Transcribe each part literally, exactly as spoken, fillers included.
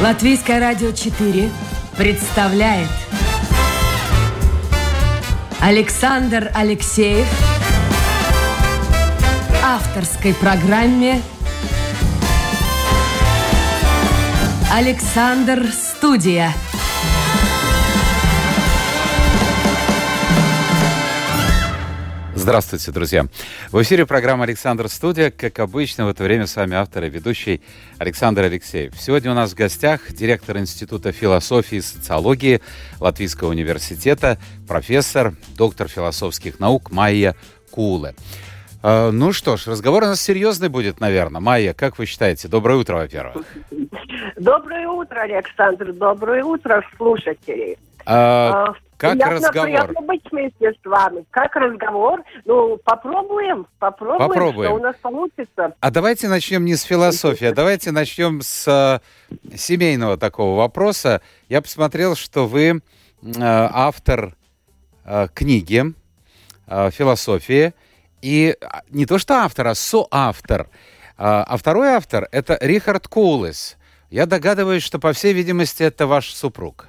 Латвийское радио четыре представляет Александр Алексеев в авторской программе «Александр Студия». Здравствуйте, друзья. В эфире программа «Александр Студия». Как обычно, в это время с вами автор и ведущий Александр Алексеев. Сегодня у нас в гостях директор Института философии и социологии Латвийского университета, профессор, доктор философских наук Майя Куле. Э, ну что ж, разговор у нас серьезный будет, наверное. Майя, как вы считаете? Доброе утро, во-первых. Доброе утро, Александр. Доброе утро, слушатели. А, как приятно, разговор? Приятно быть вместе с вами. Как разговор? Ну, попробуем. Попробуем, Попробуем. что у нас получится. А давайте начнем не с философии, а давайте начнем с э, семейного такого вопроса. Я посмотрел, что вы э, автор э, книги э, «Философии». И не то что автор, а соавтор. А, а второй автор – это Рихард Кулес. Я догадываюсь, что, по всей видимости, это ваш супруг.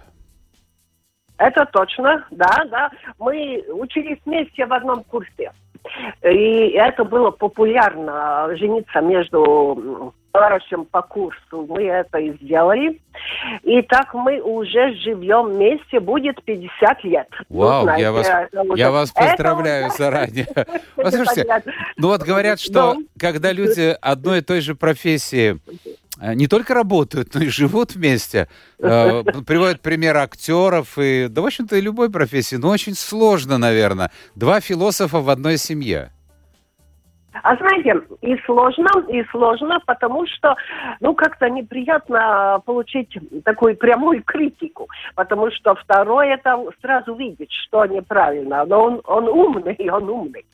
Это точно, да, да. Мы учились вместе в одном курсе. И это было популярно, жениться между товарищем по курсу. Мы это и сделали. И так мы уже живем вместе, будет пятьдесят лет. Вау, ну, знаете, я, вас, уже... я вас поздравляю это... заранее. Послушайте, ну вот говорят, что когда люди одной и той же профессии не только работают, но и живут вместе. Э, приводят пример актеров и, да, в общем-то, и любой профессии. Но очень сложно, наверное. Два философа в одной семье. А знаете, и сложно, и сложно, потому что, ну, как-то неприятно получить такую прямую критику, потому что второй это сразу видит, что неправильно, но он, он умный, он умный.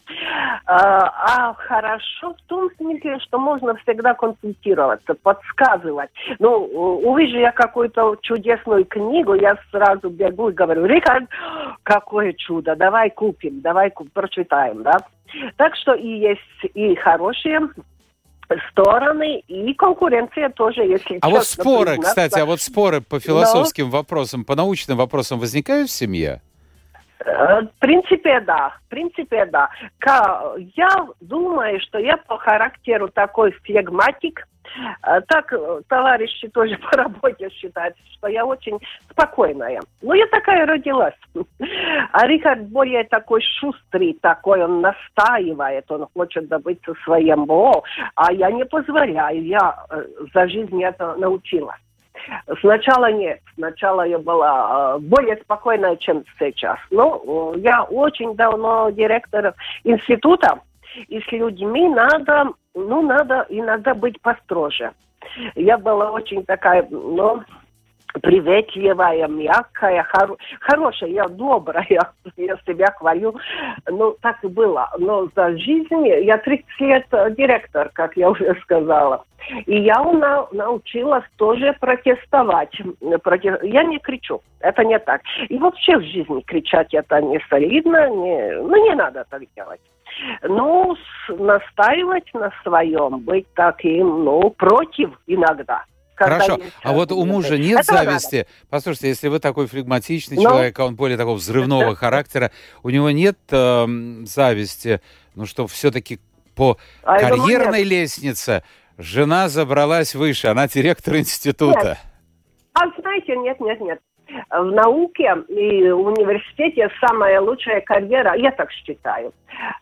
А, а хорошо в том смысле, что можно всегда консультироваться, подсказывать. Ну, увижу я какую-то чудесную книгу, я сразу бегу и говорю: Рихард, какое чудо, давай купим, давай купим, прочитаем, да? Так что и есть и хорошие стороны, и конкуренция тоже, если А честно вот споры, признаться. кстати, а вот споры по философским Но... вопросам, по научным вопросам возникают в семье? В принципе, да. В принципе, да. Я думаю, что я по характеру такой флегматик. Так товарищи тоже по работе считают, что я очень спокойная. Ну, я такая родилась. А Рихард более такой шустрый, такой, он настаивает, он хочет добиться своего, а я не позволяю, я за жизнь это научилась. Сначала нет, сначала я была более спокойная, чем сейчас. Но я очень давно директор института, и с людьми надо, ну, надо иногда быть построже. Я была очень такая, ну, приветливая, мягкая, хоро- хорошая, я добрая, я себя хвалю. Ну, так и было. Но за жизнь, я тридцать лет директор, как я уже сказала. И я на, научилась тоже протестовать. Проте... Я не кричу, это не так. И вообще в жизни кричать это не солидно, не... ну, не надо так делать. Ну, с... настаивать на своем, быть таким, ну, против иногда. Хорошо, а вот у мужа нет Этого зависти? надо. Послушайте, если вы такой флегматичный Но... человек, а он более такого взрывного характера, у него нет э, зависти, ну, что все-таки по а карьерной лестнице жена забралась выше, она директор института? Нет. А знаете, нет, нет, нет. В науке и в университете самая лучшая карьера, я так считаю,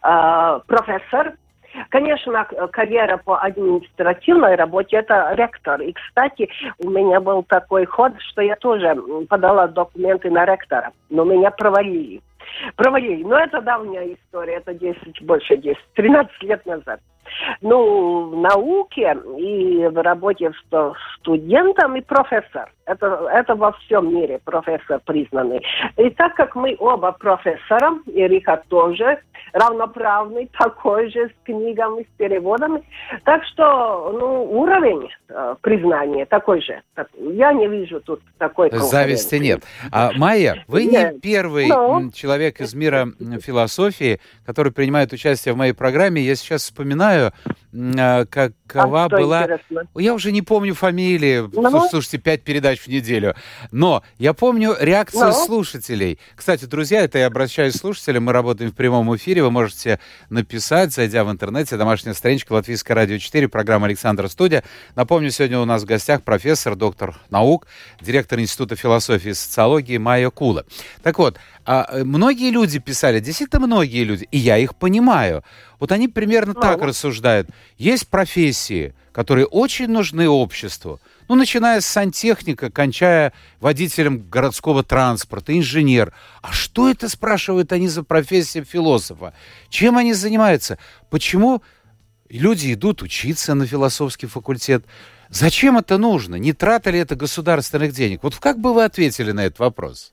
э, профессор. Конечно, карьера по административной работе – это ректор. И, кстати, у меня был такой ход, что я тоже подала документы на ректора, но меня провалили. Провалили. Но это давняя история, это десять, больше десять, тринадцать лет назад. Ну, в науке и в работе с студентом и профессор. Это, это во всем мире профессор признанный. И так как мы оба профессора, и Рихард тоже равноправный, такой же, с книгами, с переводами, так что, ну, уровень э, признания такой же. Я не вижу тут такой конкуренции. Зависти нет. А, Майя, вы нет. не первый Но... человек из мира философии, который принимает участие в моей программе. Я сейчас вспоминаю, какова а была... Интересно? Я уже не помню фамилии, ну? Слушайте, пять передач в неделю. Но я помню реакцию ну? слушателей. Кстати, друзья, это я обращаюсь к слушателям, мы работаем в прямом эфире, вы можете написать, зайдя в интернете, домашняя страничка Латвийское радио четыре, программа «Александр Студия». Напомню, сегодня у нас в гостях профессор, доктор наук, директор Института философии и социологии Майя Кула. Так вот, многие люди писали, действительно многие люди, и я их понимаю. Вот они примерно ну, так рассуждают. Есть профессии, которые очень нужны обществу. Ну, начиная с сантехника, кончая водителем городского транспорта, инженер. А что это, спрашивают они, за профессия философа? Чем они занимаются? Почему люди идут учиться на философский факультет? Зачем это нужно? Не трата ли это государственных денег? Вот как бы вы ответили на этот вопрос?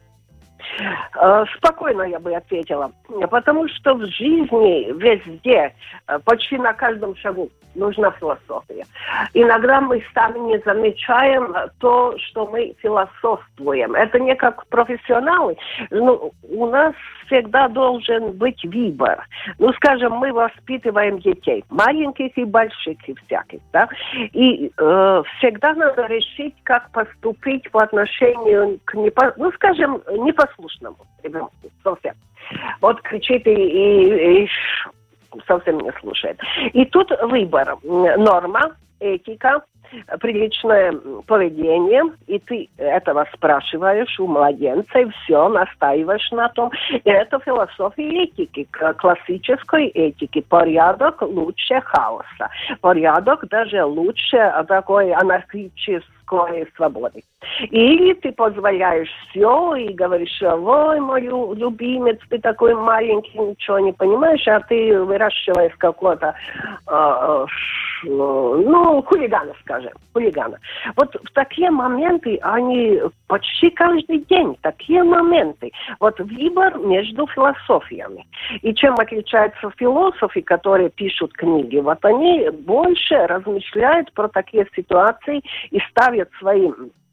Спокойно я бы ответила, потому что в жизни везде, почти на каждом шагу нужна философия. Иногда мы сами не замечаем то, что мы философствуем. Это не как профессионалы. Ну, у нас всегда должен быть выбор. Ну, скажем, мы воспитываем детей, маленьких и больших, и всяких, да? И э, всегда надо решить, как поступить по отношению к, непо... ну, скажем, непослушному ребенку совсем. Вот кричит и, и, и совсем не слушает. И тут выбор. Норма, этика, приличное поведение, и ты этого спрашиваешь у младенца, и все, настаиваешь на том. И это философия этики, классической этики. Порядок лучше хаоса. Порядок даже лучше такой анархической свободы. Или ты позволяешь все и говоришь: ой, мой любимец, ты такой маленький, ничего не понимаешь, а ты выращиваешь какого-то э, ну, хулигана, скажем, хулигана. Вот в такие моменты, они почти каждый день, такие моменты. Вот выбор между философиями. И чем отличаются философы, которые пишут книги? Вот они больше размышляют про такие ситуации и ставят свои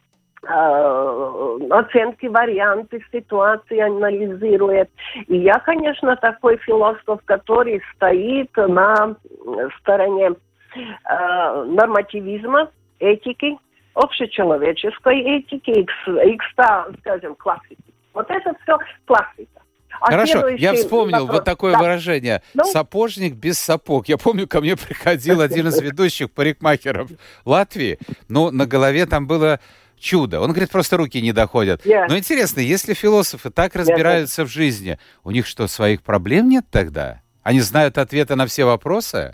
оценки, варианты ситуации, анализирует. И я, конечно, такой философ, который стоит на стороне э, нормативизма, этики, общечеловеческой этики и, и скажем, классики. Вот это все классика. А Хорошо, я вспомнил вопрос. Вот такое да. выражение. Ну? Сапожник без сапог. Я помню, ко мне приходил один из ведущих парикмахеров Латвии. Ну, на голове там было чудо. Он говорит, просто руки не доходят. Yeah. Но интересно, если философы так разбираются yeah. в жизни, у них что, своих проблем нет тогда? Они знают ответы на все вопросы?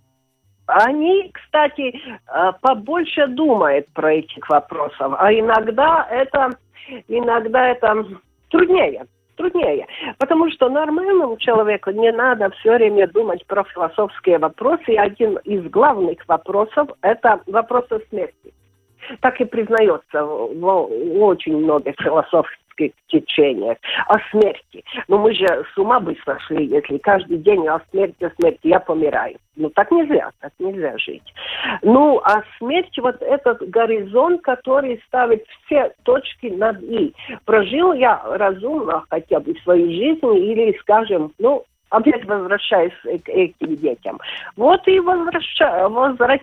Они, кстати, побольше думают про этих вопросов, а иногда это, иногда это труднее. Труднее, потому что нормальному человеку не надо все время думать про философские вопросы. И один из главных вопросов – это вопрос о смерти. Так и признается в, в очень многих философских течениях о смерти. Но мы же с ума бы сошли, если каждый день о смерти, о смерти, я помираю. Ну, так нельзя, так нельзя жить. Ну, а смерть, вот этот горизонт, который ставит все точки над «и». Прожил я разумно хотя бы свою жизнь или, скажем, ну, опять возвращаюсь к этим детям. Вот и возвращаю, возвращ...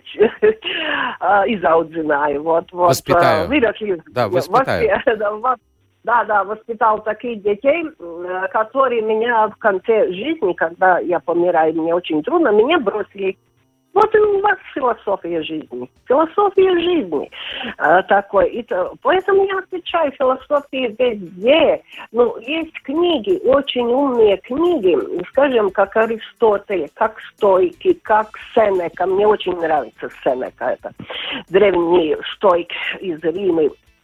изауdzināju, вот, вот. Воспитаю. Выросли. Да, воспитаю. Да, да, воспитал таких детей, которые меня в конце жизни, когда я помираю, мне очень трудно, меня бросили. Вот и у вас философия жизни. Философия жизни э, такой. И то, поэтому я отвечаю, философия везде. Ну, есть книги, очень умные книги, скажем, как Аристотель, как Стойки, как Сенека. Мне очень нравится Сенека, это древний стоик из Рима,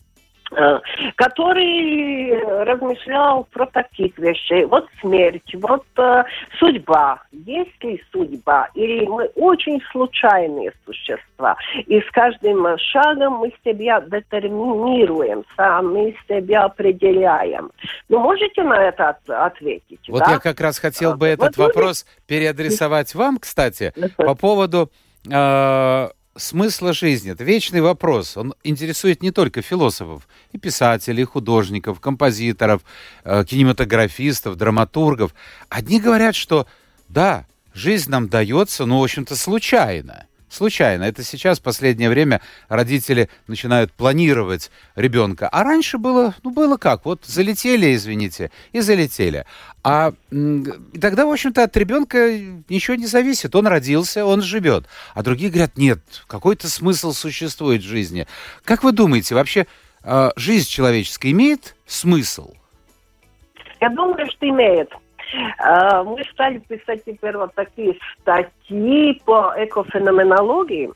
который размышлял про таких вещей. Вот смерть, вот э, судьба. Есть ли судьба? Или мы очень случайные существа? И с каждым шагом мы себя детерминируем, сами себя определяем. Ну, можете на это от- ответить? Вот да? я как раз хотел бы этот вот вопрос вы... переадресовать вам, кстати, по поводу... Э- смысла жизни. Это вечный вопрос. Он интересует не только философов, и писателей, и художников, композиторов, э, кинематографистов, драматургов. Одни говорят, что да, жизнь нам дается, ну, в общем-то, случайно. Случайно. Это сейчас, в последнее время, родители начинают планировать ребенка. А раньше было, ну, было как? Вот залетели, извините, и залетели. А м- тогда, в общем-то, от ребенка ничего не зависит. Он родился, он живет. А другие говорят, нет, какой-то смысл существует в жизни. Как вы думаете, вообще э, жизнь человеческая имеет смысл? Я думаю, что имеет. Мы стали писать теперь вот такие статьи по экофеноменологии,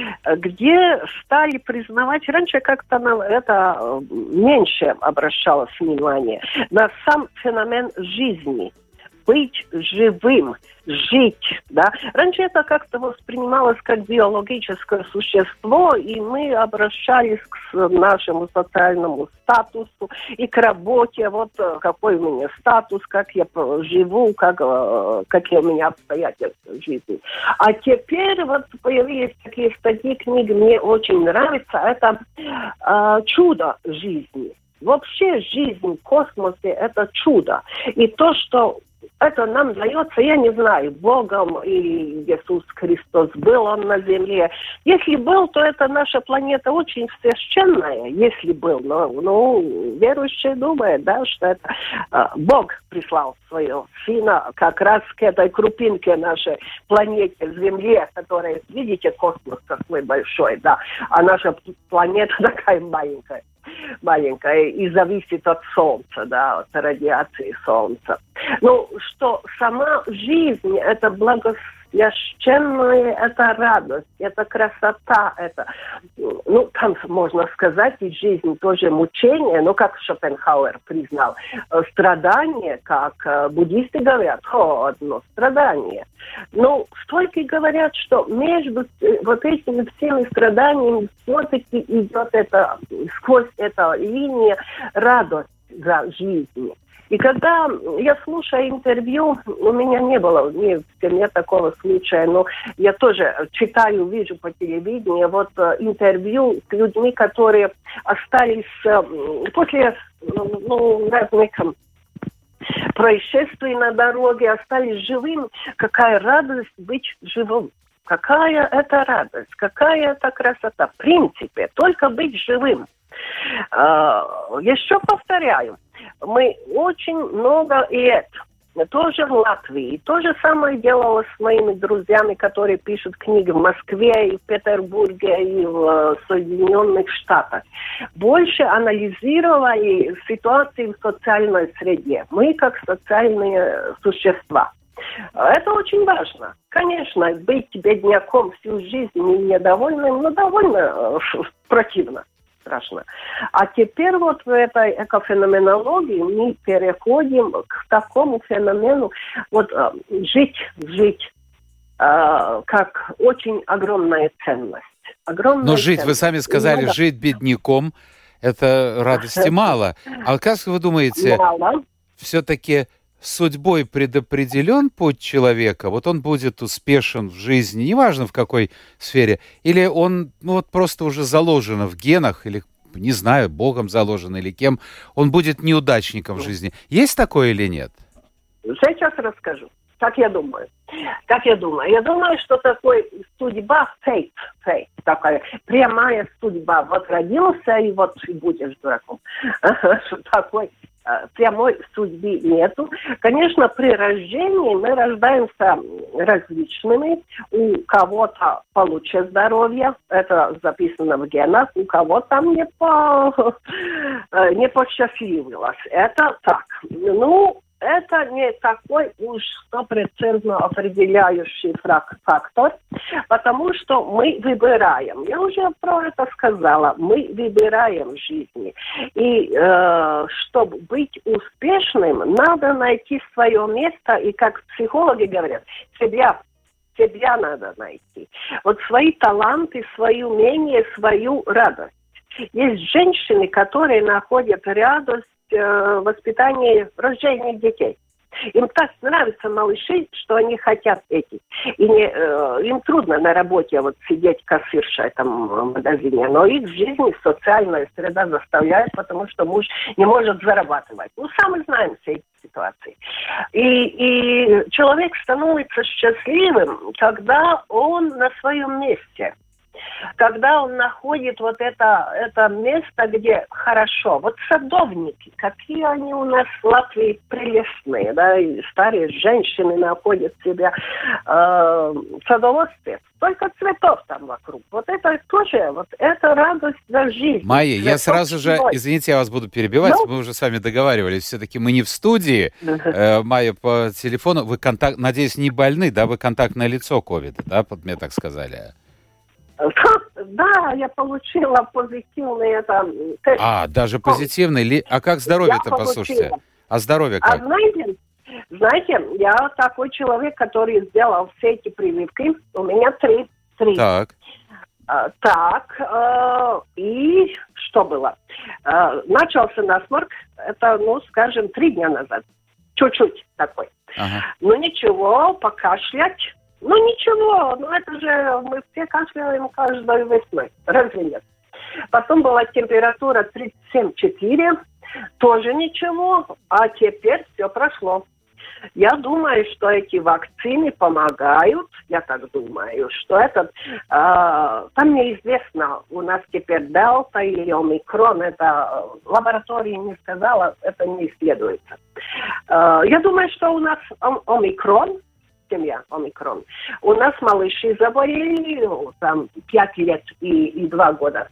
где стали признавать, раньше как-то нам это меньше обращалось внимание, на сам феномен жизни. Быть живым, жить, да. Раньше это как-то воспринималось как биологическое существо, и мы обращались к нашему социальному статусу и к работе, вот какой у меня статус, как я живу, как, какие у меня обстоятельства в жизни. А теперь вот появились такие статьи, книги, мне очень нравятся, это э, чудо жизни. Вообще жизнь в космосе – это чудо. И то, что это нам дается, я не знаю, Богом или Иисус Христос, был он на земле. Если был, то это наша планета очень священная, если был. Но, ну, верующие думают, да, что это э, Бог прислал своего Сына как раз к этой крупинке нашей планете, Земле, которая, видите, космос какой большой, да, а наша планета такая маленькая. маленькая и зависит от Солнца, да, от радиации Солнца. Ну, что сама жизнь – это благосвященная, это радость, это красота, это, ну, там можно сказать, и жизнь тоже мучение, но как Шопенгауэр признал, страдание, как буддисты говорят, о, одно страдание. Но столько говорят, что между вот этими всеми страданиями все-таки идет это, сквозь эту линию радость за жизнь. И когда я слушаю интервью, у меня не было ни в семье такого случая, но я тоже читаю, вижу по телевидению вот интервью с людьми, которые остались после ну, разных происшествий на дороге, остались живыми. Какая радость быть живым. Какая это радость, какая это красота. В принципе, только быть живым. Еще повторяю, мы очень много и это. Тоже в Латвии. То же самое делала с моими друзьями, которые пишут книги в Москве, и в Петербурге, и в Соединенных Штатах. Больше анализировали ситуации в социальной среде. Мы как социальные существа. Это очень важно. Конечно, быть бедняком всю жизнь и недовольным, но довольно противно. Страшно. А теперь вот в этой экофеноменологии мы переходим к такому феномену, вот жить, жить, э, как очень огромная ценность. Огромная Но жить, ценность. вы сами сказали, надо... жить бедняком, это радости мало. А как вы думаете, мало. Все-таки судьбой предопределен путь человека? Вот он будет успешен в жизни, неважно в какой сфере, или он ну, вот просто уже заложено в генах, или, не знаю, Богом заложено, или кем, он будет неудачником в жизни. Есть такое или нет? Сейчас расскажу. Как я думаю. Как я думаю? Я думаю, что такое судьба, fate, fate, такая прямая судьба. Вот родился, и вот и будешь дураком. Что такой прямой судьбы нету. Конечно, при рождении мы рождаемся различными. У кого-то получше здоровье, это записано в генах, у кого там не, по... не посчастливилось. Это так. Ну, это не такой уж стопроцентно определяющий фактор, потому что мы выбираем. Я уже про это сказала. Мы выбираем в жизни. И э, чтобы быть успешным, надо найти свое место. И как психологи говорят, себя, себя надо найти. Вот свои таланты, свои умения, свою радость. Есть женщины, которые находят радость воспитание, рождение детей. Им так нравятся малыши, что они хотят этих. И не, э, им трудно на работе вот сидеть кассиршей там в магазине, но их в жизни социальная среда заставляет, потому что муж не может зарабатывать. Ну, сам мы знаем все эти ситуации. И, и человек становится счастливым, когда он на своем месте. Когда он находит вот это, это место, где хорошо. Вот садовники, какие они у нас в Латвии прелестные, да, и старые женщины находят себя э, садоводстве. Только цветов там вокруг. Вот это тоже, вот это радость за жизнь. Майя, я сразу же, извините, я вас буду перебивать, ну? Мы уже с вами договаривались, все-таки мы не в студии. Э, Майя, по телефону, вы контакт, надеюсь, не больны, да, вы контактное лицо ковида, да, вот мне так сказали. Да, я получила позитивный это, тест. А, даже позитивный? А как здоровье-то, послушайте? А здоровье как? А знаете, знаете, я такой человек, который сделал все эти прививки. У меня три. три. Так. А, так, э, и что было? Э, начался насморк, это, ну, скажем, три дня назад. Чуть-чуть такой. Ага. Ну, ничего, покашлять. Ну, ничего, ну это же мы все кашляем каждой весной, разве нет? Потом была температура тридцать семь целых четыре, тоже ничего, а теперь все прошло. Я думаю, что эти вакцины помогают, я так думаю, что этот, э, там неизвестно, у нас теперь дельта или омикрон, это лаборатория не сказала, это не исследуется. Э, я думаю, что у нас ом- омикрон, семья омикрон. У нас малыши заболели, там, пять лет и, и два года.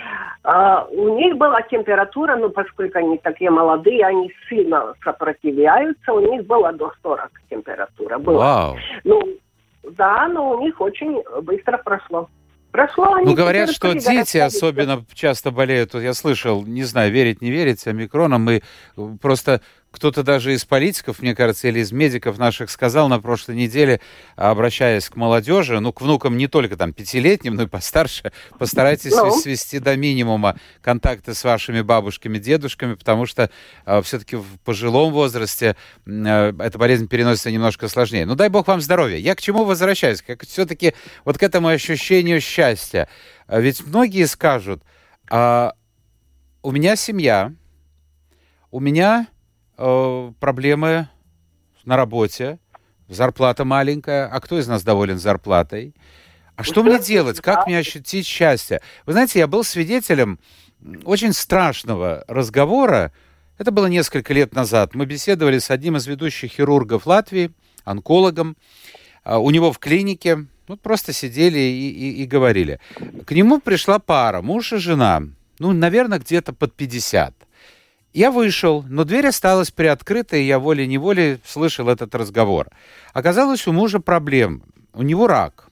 А, у них была температура, ну, поскольку они такие молодые, они сильно сопротивляются, у них была до сорок температура. Была. Вау. Ну, да, но у них очень быстро прошло. Прошло, они ну, говорят, что дети особенно часто болеют. Я слышал, не знаю, верить, не верить, омикроном. Мы просто... Кто-то даже из политиков, мне кажется, или из медиков наших сказал на прошлой неделе, обращаясь к молодежи, ну, к внукам не только там пятилетним, но и постарше, постарайтесь ну. свести до минимума контакты с вашими бабушками, дедушками, потому что э, все-таки в пожилом возрасте э, эта болезнь переносится немножко сложнее. Ну, дай бог вам здоровья. Я к чему возвращаюсь? Как все-таки вот к этому ощущению счастья. Ведь многие скажут, э, у меня семья, у меня... проблемы на работе, зарплата маленькая. А кто из нас доволен зарплатой? А что мне делать? Как мне ощутить счастье? Вы знаете, я был свидетелем очень страшного разговора. Это было несколько лет назад. Мы беседовали с одним из ведущих хирургов Латвии, онкологом. У него в клинике ну, просто сидели и, и, и говорили. К нему пришла пара, муж и жена. Ну, наверное, где-то под пятьдесят. Я вышел, но дверь осталась приоткрыта, и я волей-неволей слышал этот разговор. Оказалось, у мужа проблем. У него рак.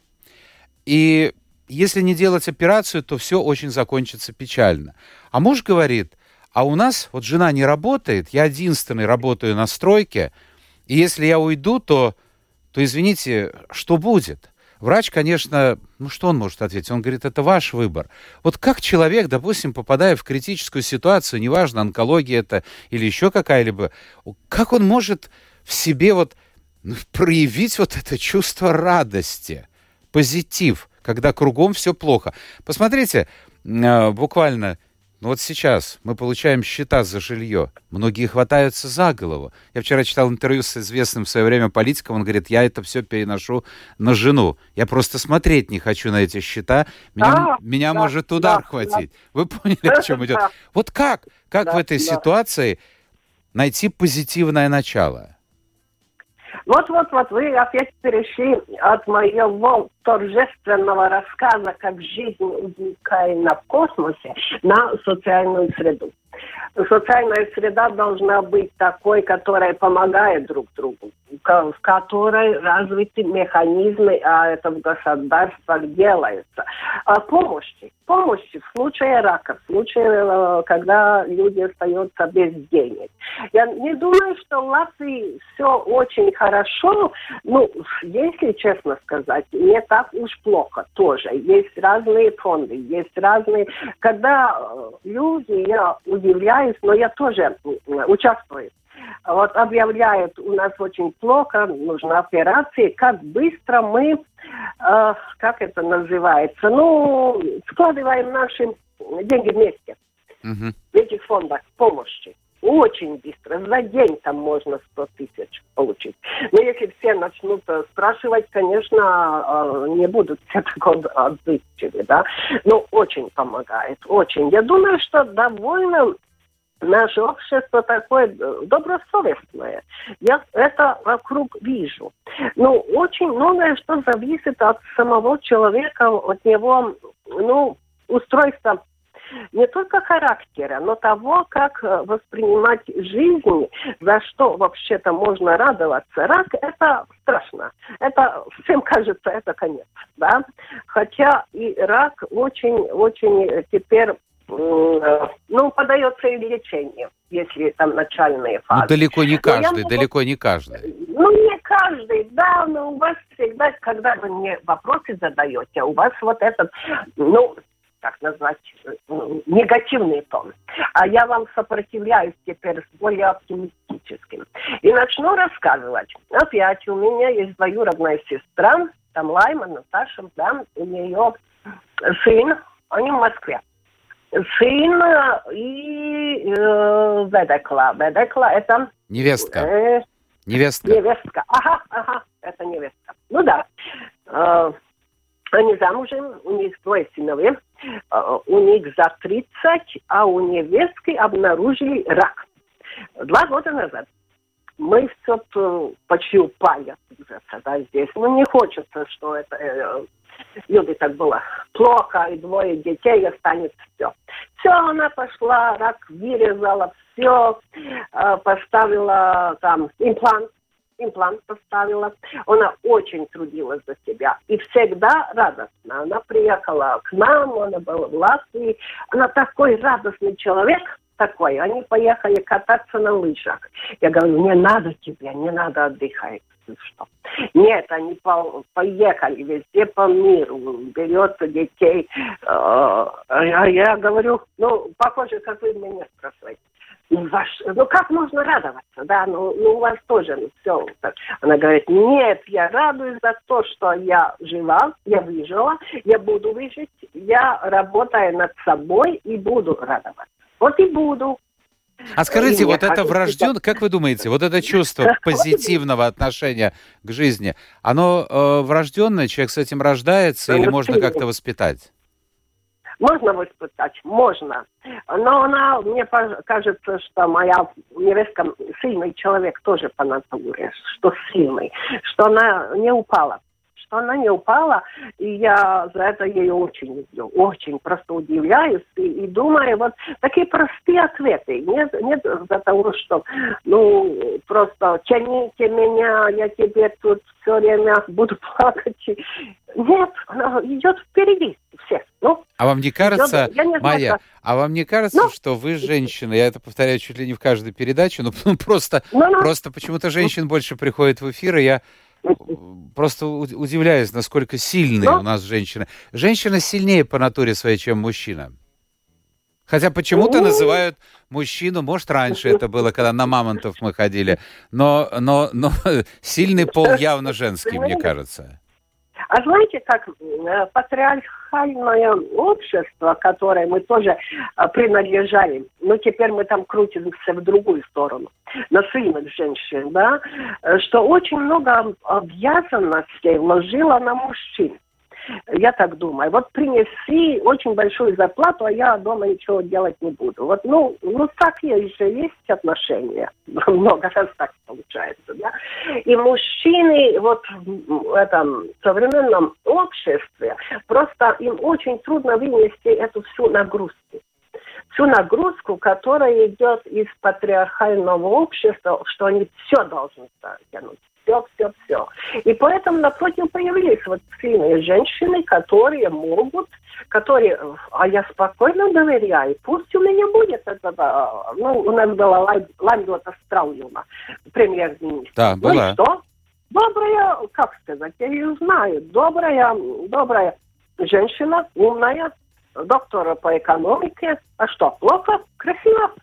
И если не делать операцию, то все очень закончится печально. А муж говорит, а у нас, вот жена не работает, я единственный работаю на стройке, и если я уйду, то, то извините, что будет? Врач, конечно, ну что он может ответить? Он говорит, это ваш выбор. Вот как человек, допустим, попадая в критическую ситуацию, неважно, онкология это или еще какая-либо, как он может в себе вот ну, проявить вот это чувство радости, позитив, когда кругом все плохо? Посмотрите, буквально... Ну вот сейчас мы получаем счета за жилье. Многие хватаются за голову. Я вчера читал интервью с известным в свое время политиком. Он говорит, я это все переношу на жену. Я просто смотреть не хочу на эти счета. Меня, да, меня да, может удар да, хватить. Да. Вы поняли, о чем идет? Да. Вот как? Как да, в этой да. ситуации найти позитивное начало? Вот-вот-вот, вы опять перешли от моего торжественного рассказа, как жизнь уникальна в космосе, на социальную среду. Социальная среда должна быть такой, которая помогает друг другу, в которой развиты механизмы, а это в государствах делается. А помощи. Помощи в случае рака, в случае, когда люди остаются без денег. Я не думаю, что в Латвии все очень хорошо. Ну, если честно сказать, не так уж плохо тоже. Есть разные фонды, есть разные... Когда люди, я удивляюсь, но я тоже участвую вот объявляют, у нас очень плохо, нужна операция, как быстро мы, э, как это называется, ну, складываем наши деньги вместе Угу. в этих фондах помощи. Очень быстро. За день там можно сто тысяч получить. Но если все начнут спрашивать, конечно, не будут все так отзывчивы, да. Но очень помогает, очень. Я думаю, что довольно наше общество такое добросовестное. Я это вокруг вижу. Но очень многое, что зависит от самого человека, от него, ну, устройства не только характера, но того, как воспринимать жизнь, за что вообще-то можно радоваться. Рак – это страшно. Это, всем кажется, это конец, да. Хотя и рак очень-очень теперь, ну, подается и лечению, если там начальные фазы. Ну, далеко не каждый, могу... далеко не каждый. Ну, не каждый, да, но у вас всегда, когда вы мне вопросы задаете, у вас вот этот, ну, как назвать, негативный тон. А я вам сопротивляюсь теперь с более оптимистическим. И начну рассказывать. Опять у меня есть двоюродная сестра, там Лайма, Наташа, да, у нее сын, они в Москве. Сын и э, Ведекла. Ведекла это... Невестка. Э, Невестка. Невестка. Ага, ага, это невестка. Ну да. Э, они замужем, у них двое сыновей. Uh, у них за тридцать, а у невестки обнаружили рак. Два года назад. Мы все почти упали да, здесь. Ну, не хочется, что это э, люди так было плохо, и двое детей останется все. Все, она пошла, рак вырезала, все, э, поставила там имплант. Имплант поставила. Она очень трудилась за себя. И всегда радостна. Она приехала к нам, она была в Латвии. Она такой радостный человек, такой. Они поехали кататься на лыжах. Я говорю, не надо тебе, не надо отдыхать. Что? Нет, они по- поехали везде по миру, берет детей. А я говорю, ну, похоже, как вы меня спрашиваете. Ну, ваш, ну, как можно радоваться, да, ну, ну у вас тоже ну, все. Так. Она говорит, нет, я радуюсь за то, что я жива, я выжила, я буду выжить, я работаю над собой и буду радоваться. Вот и буду. А скажите, и вот это хочу, врожденное, как вы думаете, вот это чувство позитивного отношения к жизни, оно э, врожденное, человек с этим рождается или можно как-то воспитать? Можно воспитать, можно. Но она, мне кажется, что моя невестка сильный человек тоже по натуре, что сильный, что она не упала. Что она не упала, и я за это ее очень люблю, очень просто удивляюсь и, и думаю, вот такие простые ответы. Нет, нет за того, что, ну, просто тяните меня, я тебе тут все время буду плакать. Нет, она идет впереди всех. Ну, а вам не кажется, идет, не Майя, знаю, а вам не кажется, ну, что вы женщина, я это повторяю чуть ли не в каждой передаче, но ну, просто, ну, ну, просто почему-то женщин больше приходит в эфир, и я просто удивляюсь, насколько сильные ну, у нас женщины. Женщина сильнее по натуре своей, чем мужчина. Хотя почему-то ну, называют мужчину, может, раньше это было, когда на мамонтов мы ходили, но, но, но сильный пол явно женский, мне кажется. А знаете, как э, патриархальное общество, которое мы тоже э, принадлежали, ну, теперь мы там крутимся в другую сторону, на сильных женщин, да, э, что очень много обязанностей вложило на мужчин. Я так думаю. Вот принеси очень большую зарплату, а я дома ничего делать не буду. Вот, ну, ну такие же есть отношения. Много раз так получается, да. И мужчины вот в этом современном обществе просто им очень трудно вынести эту всю нагрузку. Всю нагрузку, которая идет из патриархального общества, что они все должны тянуть. Все, все, все. И поэтому напротив появились вот сильные женщины, которые могут, которые, а я спокойно доверяю, пусть у меня будет это, ну, у нас была Лаймдота Страуюма, премьер-министр. Да, была. Ну и что? Добрая, как сказать, я ее знаю, добрая, добрая женщина, умная, доктор по экономике. А что, плохо? Красиво.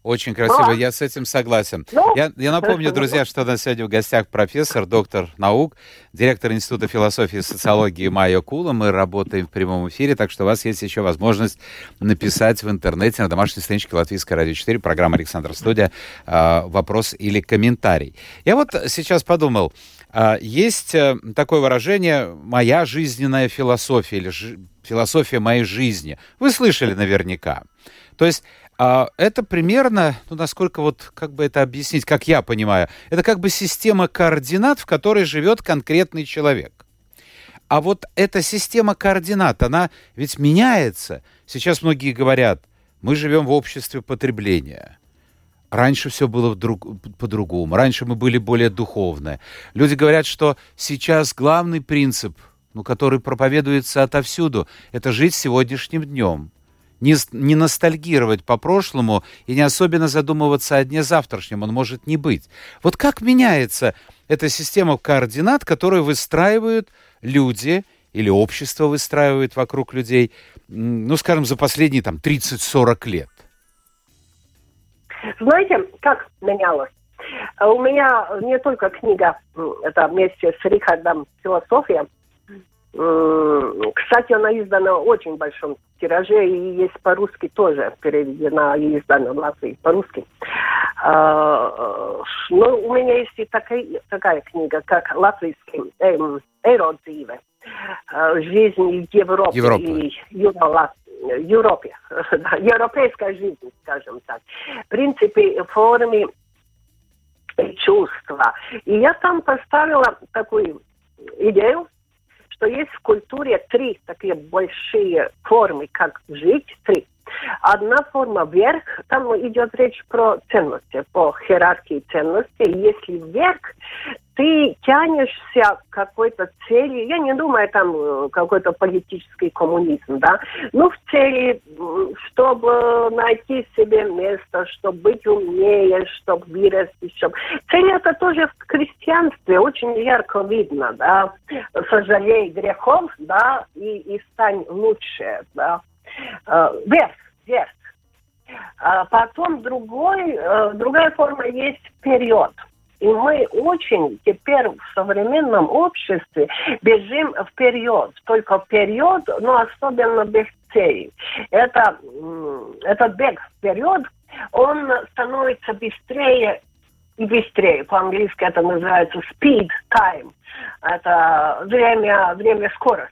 Очень красиво, Ну, я с этим согласен. Ну, Я, я напомню, друзья, что у нас сегодня в гостях профессор, доктор наук, директор Института философии и социологии Майя Кула. Мы работаем в прямом эфире, так что у вас есть еще возможность написать в интернете на домашней страничке Латвийское радио четыре, программа «Александр Студия», вопрос или комментарий. Я вот сейчас подумал, есть такое выражение «моя жизненная философия» или «философия моей жизни». Вы слышали наверняка. То есть А это примерно, ну, насколько вот, как бы это объяснить, как я понимаю, это как бы система координат, в которой живет конкретный человек. А вот эта система координат, она ведь меняется. Сейчас многие говорят, мы живем в обществе потребления. Раньше все было вдруг, по-другому, раньше мы были более духовны. Люди говорят, что сейчас главный принцип, ну, который проповедуется отовсюду, это жить сегодняшним днем. Не, не ностальгировать по прошлому и не особенно задумываться о дне завтрашнем, он может не быть. Вот как меняется эта система координат, которую выстраивают люди или общество выстраивает вокруг людей, ну, скажем, за последние там тридцать-сорок лет? Знаете, как менялось? У меня не только книга, это вместе с Рихардом «Философия». Кстати, она издана в очень большом тираже и есть по-русски тоже переведена и издана в Латвии по-русски. Но у меня есть и такая, такая книга, как «Латвийский эм, эродзиве. Жизнь Европы Европа. и Юра, Европе. Европейская жизнь, скажем так. В принципе, в форме чувства. И я там поставила такую идею, что есть в культуре три такие большие формы, как жить, три. Одна форма вверх, там идет речь про ценности, по иерархии ценностей. Если вверх, ты тянешься к какой-то цели, я не думаю, там какой-то политический коммунизм, да, но в цели, чтобы найти себе место, чтобы быть умнее, чтобы вырасти, чтобы... Цель это тоже в крестьянстве очень ярко видно, да, сожалей грехов, да, и, и стань лучше, да. Вверх, вверх. А потом другой, другая форма есть вперед. И мы очень теперь в современном обществе бежим вперед. Только вперед, но особенно без цели. Это, этот бег вперед, он становится быстрее и быстрее. По-английски это называется speed time. Это время, время скорости.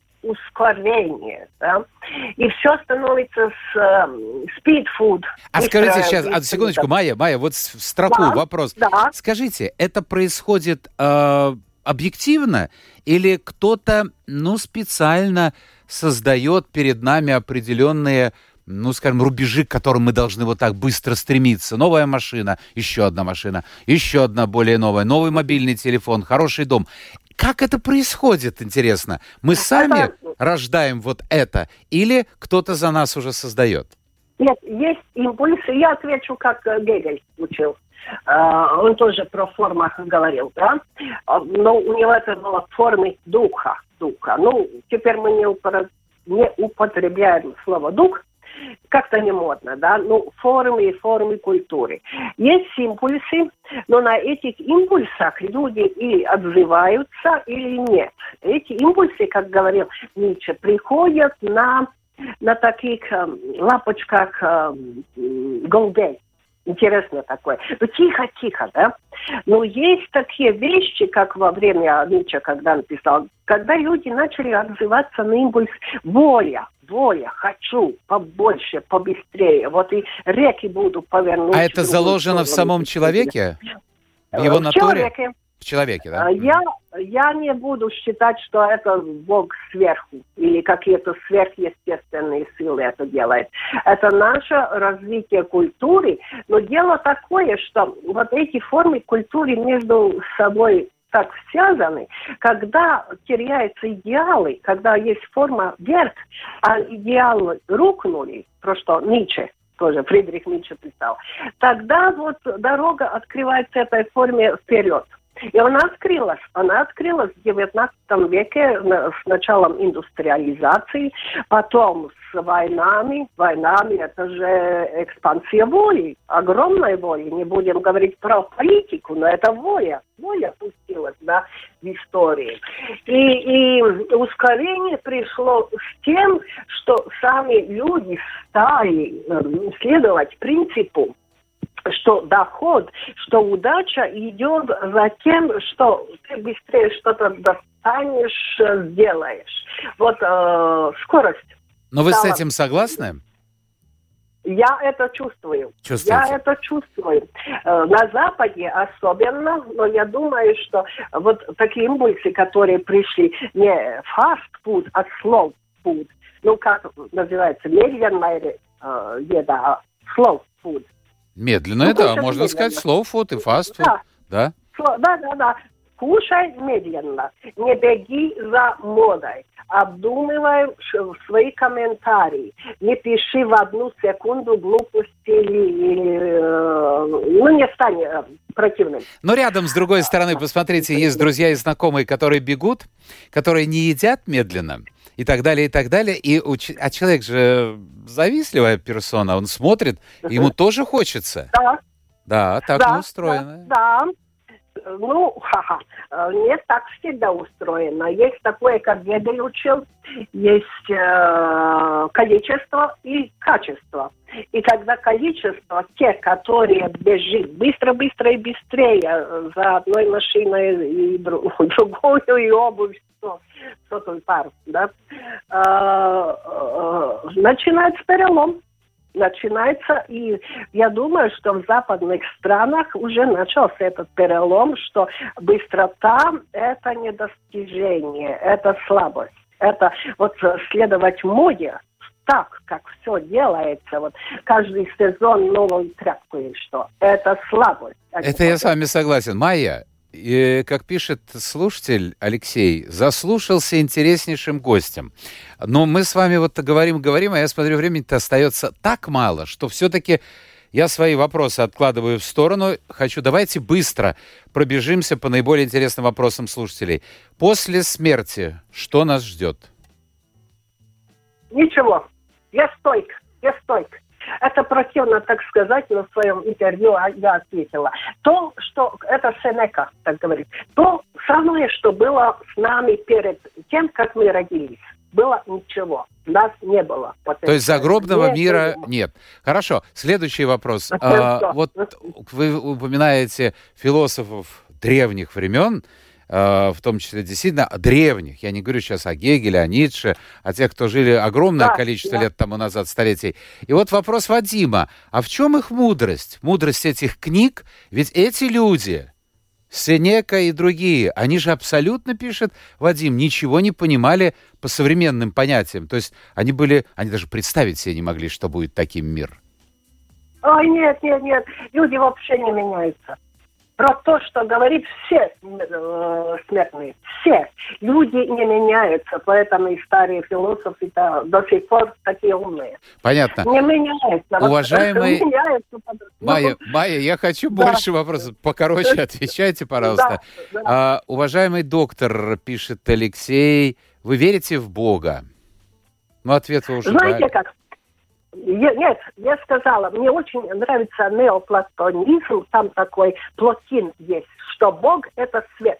Ускорение, да, и все становится с uh, speed food. А скажите сейчас, а, секундочку, Майя, Майя, вот в строку да, вопрос. Да. Скажите, это происходит э, объективно или кто-то, ну, специально создает перед нами определенные, ну, скажем, рубежи, к которым мы должны вот так быстро стремиться? Новая машина, еще одна машина, еще одна более новая, новый мобильный телефон, хороший дом. Как это происходит, интересно? Мы сами это... рождаем вот это или кто-то за нас уже создает? Нет, есть импульсы. Я отвечу, как Гегель учил. Uh, он тоже про формах говорил, да? Uh, но у него это было формы духа. духа. Ну, теперь мы не, упро... не употребляем слово «дух», как-то не модно, да, ну, формы и формы культуры. Есть импульсы, но на этих импульсах люди или отзываются, или нет. Эти импульсы, как говорил Ницше, приходят на, на таких э, лапочках э, голубей. Интересно такое. Ну, тихо-тихо, да. Но есть такие вещи, как во время Ницше, когда он писал, когда люди начали отзываться на импульс воля. Воля, хочу побольше, побыстрее. Вот и реки буду повернуть. А это заложено в самом человеке? В его в натуре? Человеке. В человеке, да? Я, я не буду считать, что это Бог сверху или какие-то сверхъестественные силы это делают. Это наше развитие культуры. Но дело такое, что вот эти формы культуры между собой так связаны, когда теряются идеалы, когда есть форма вверх, а идеалы рухнули, про что Ницше, тоже Фридрих Ницше писал, тогда вот дорога открывается этой форме вперед. И она открылась. Она открылась в девятнадцатом веке с началом индустриализации, потом с войнами. Войнами это же экспансия воли, огромной воли. Не будем говорить про политику, но это воля. Воля пустилась, да, в истории. И, и ускорение пришло с тем, что сами люди стали следовать принципу, что доход, что удача идет за тем, что ты быстрее что-то достанешь, сделаешь. Вот э, скорость. Но вы стала... с этим согласны? Я это чувствую. Чувствуете? Я это чувствую. Э, на Западе особенно, но я думаю, что вот такие импульсы, которые пришли не fast food, а slow food, ну как называется, медленная э, еда, а slow food. Медленное, ну, да, можно медленно сказать, slow food и fast food. Да, да, да, да. да. Кушай медленно, не беги за модой, обдумывай свои комментарии, не пиши в одну секунду глупости или, или ну, не стань противным. Но рядом, с другой стороны, посмотрите, есть друзья и знакомые, которые бегут, которые не едят медленно, и так далее, и так далее. И у, а человек же завистливая персона, он смотрит, ему тоже хочется. Да. Да, так да, мы устроены. Да, да. Ну, ха-ха, не так всегда устроено. Есть такое, как Гегель учил, есть э, количество и качество. И когда количество, те, которые бежит быстро, быстро и быстрее за одной машиной и другую, и обувь, сотую пару, да, э, э, начинается перелом. Начинается, и я думаю, что в западных странах уже начался этот перелом, что быстрота – это не достижение, это слабость. Это вот следовать моде, так, как все делается, вот каждый сезон новую тряпку или что, это слабость. Это я с вами согласен. Майя, и, как пишет слушатель Алексей, заслушался интереснейшим гостем. Но мы с вами вот говорим, говорим, а я смотрю, времени-то остается так мало, что все-таки я свои вопросы откладываю в сторону. Хочу, давайте быстро пробежимся по наиболее интересным вопросам слушателей. После смерти что нас ждет? Ничего. Я стойк. Я стойк. Это противно, так сказать, на своем интервью я ответила. То, что это Сенека, так говорит, то самое, что было с нами перед тем, как мы родились. Было ничего. Нас не было. То есть загробного нет, мира нет. нет. Хорошо. Следующий вопрос. А, вот вы упоминаете философов древних времен, в том числе действительно древних. Я не говорю сейчас о Гегеле, о Ницше, о тех, кто жили огромное да, количество да. лет тому назад, столетий. И вот вопрос Вадима. А в чем их мудрость? Мудрость этих книг? Ведь эти люди, Сенека и другие, они же абсолютно, пишет Вадим, ничего не понимали по современным понятиям. То есть они были, они даже представить себе не могли, что будет таким мир. Ой, нет, нет, нет. Люди вообще не меняются. Про то, что говорит все э, смертные, все. Люди не меняются, поэтому и старые философы до сих пор такие умные. Понятно. Не меняются. Уважаемый... меняются. Майя, Майя, я хочу да. больше вопросов. Покороче отвечайте, пожалуйста. Да, да. А, уважаемый доктор, пишет Алексей, вы верите в Бога? Ну, ответ вы уже Знаете дали. как? Я, нет, я сказала, мне очень нравится неоплатонизм, там такой Плотин есть, что Бог – это свет.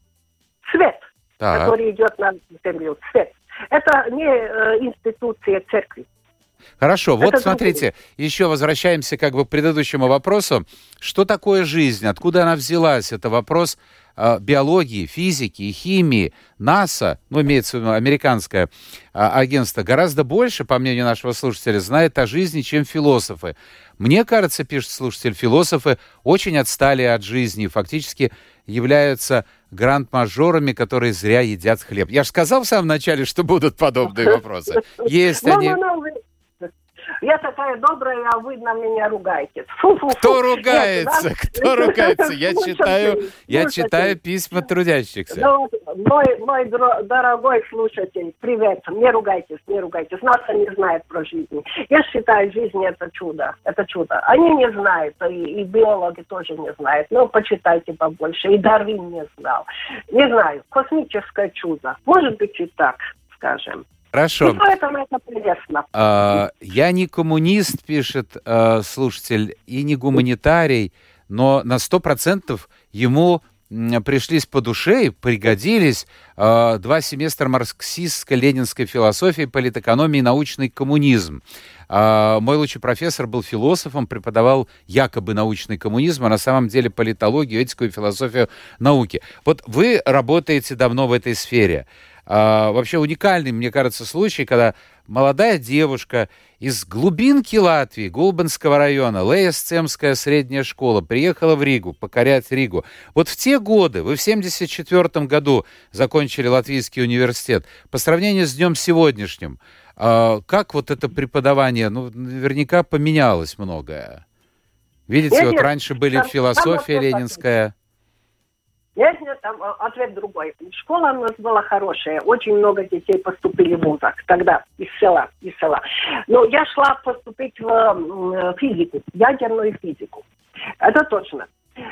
Свет, так. который идет на землю, свет. Это не э, институция церкви. Хорошо, это вот смотрите, другие. Еще возвращаемся как бы к предыдущему вопросу. Что такое жизнь? Откуда она взялась? Это вопрос э, биологии, физики и химии. НАСА, ну, имеется в виду американское э, агентство, гораздо больше, по мнению нашего слушателя, знает о жизни, чем философы. Мне кажется, пишет слушатель, философы очень отстали от жизни, фактически являются гранд-мажорами, которые зря едят хлеб. Я же сказал в самом начале, что будут подобные вопросы. Есть они... Я такая добрая, а вы на меня ругаетесь. Фу-фу-фу. Кто ругается? Нет, да? Кто ругается? Я Слушайте, читаю, я слушайте. читаю письма трудящихся. Ну, мой, мой дро- дорогой слушатель, привет. Не ругайтесь, не ругайтесь. Нас не знают про жизнь. Я считаю, жизнь это чудо. Это чудо. Они не знают, и, и биологи тоже не знают. Ну, почитайте побольше. И Дарвин не знал. Не знаю, космическое чудо. Может быть и так, скажем. Хорошо. И поэтому это прелестно. А, я не коммунист, пишет а, слушатель, и не гуманитарий, но на сто процентов ему м, пришлись по душе и пригодились а, два семестра марксистской ленинской философии, политэкономии и научный коммунизм. А, мой лучший профессор был философом, преподавал якобы научный коммунизм, а на самом деле политологию, этику и философию науки. Вот вы работаете давно в этой сфере. А, вообще уникальный, мне кажется, случай, когда молодая девушка из глубинки Латвии, Гулбенского района, Лейсцемская средняя школа, приехала в Ригу, покорять Ригу. Вот в те годы, вы в семьдесят четвёртом году закончили Латвийский университет. По сравнению с днем сегодняшним, а, как вот это преподавание, ну, наверняка поменялось многое. Видите, Нет, вот нет, раньше были там- философия там ленинская. Нет, нет, там ответ другой. Школа у нас была хорошая. Очень много детей поступили в вузах тогда из села, из села. Но я шла поступить в м, физику, ядерную физику. Это точно.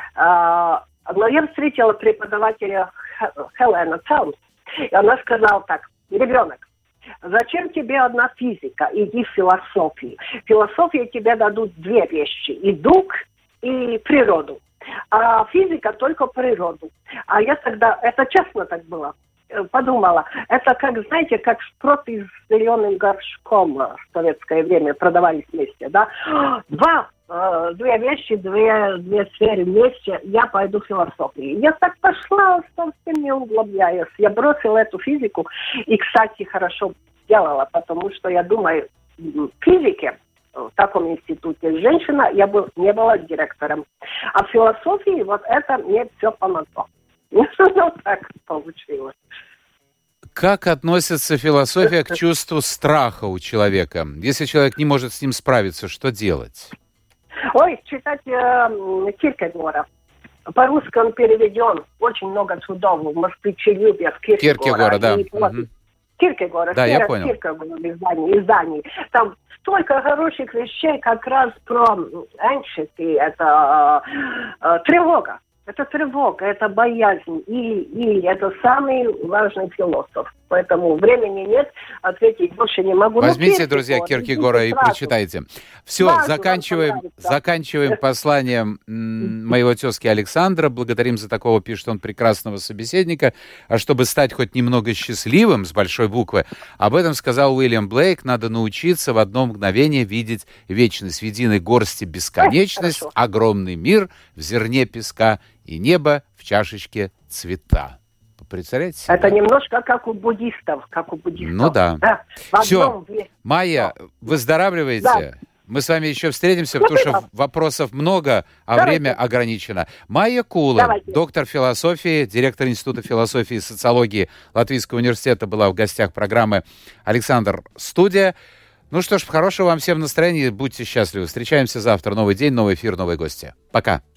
А, но я встретила преподавателя Х- Хелена Целмс. И она сказала так: ребенок, зачем тебе одна физика? Иди в философию. В философии тебе дадут две вещи. И дух, и природу. А физика только природу. А я тогда, это честно так было, подумала, это как, знаете, как шпроты с зеленым горшком в советское время продавались вместе, да? Два, э, две вещи, две, две сферы вместе, я пойду в философию. Я так пошла, совсем не углубляясь. Я бросила эту физику и, кстати, хорошо сделала, потому что я думаю, в физике, в таком институте женщина, я бы не была директором. А в философии вот это мне все помогло. Ну, так получилось. Как относится философия к чувству страха у человека? Если человек не может с ним справиться, что делать? Ой, читать э, Киркегора. По-русски он переведен. Очень много чудов. Москвичи любят Киркегора. Киркегора, да. И, вот, Угу. Киркегора. Да, я понял. Киркегора изданий, изданий. Там столько хороших вещей как раз про anxiety. Это э, э, тревога. Это тревога, это боязнь. И, и это самый важный философ. Поэтому времени нет, ответить больше не могу. Возьмите, друзья, Киркегора и прочитайте. Все, Сразу заканчиваем, заканчиваем посланием м, моего тезки Александра. Благодарим за такого, пишет он, прекрасного собеседника. А чтобы стать хоть немного счастливым, с большой буквы, об этом сказал Уильям Блейк, надо научиться в одно мгновение видеть вечность. В единой горсти бесконечность, Ой, огромный мир в зерне песка и небо в чашечке цвета. Представляете себе? Это немножко как у буддистов, как у буддистов. Ну да. да. Все, Майя, выздоравливайте. Да. Мы с вами еще встретимся, потому что вопросов много, а Давайте. время ограничено. Майя Кулы, Давайте. доктор философии, директор Института философии и социологии Латвийского университета, была в гостях программы «Александр. Студия». Ну что ж, хорошего вам всем настроения, будьте счастливы. Встречаемся завтра. Новый день, новый эфир, новые гости. Пока.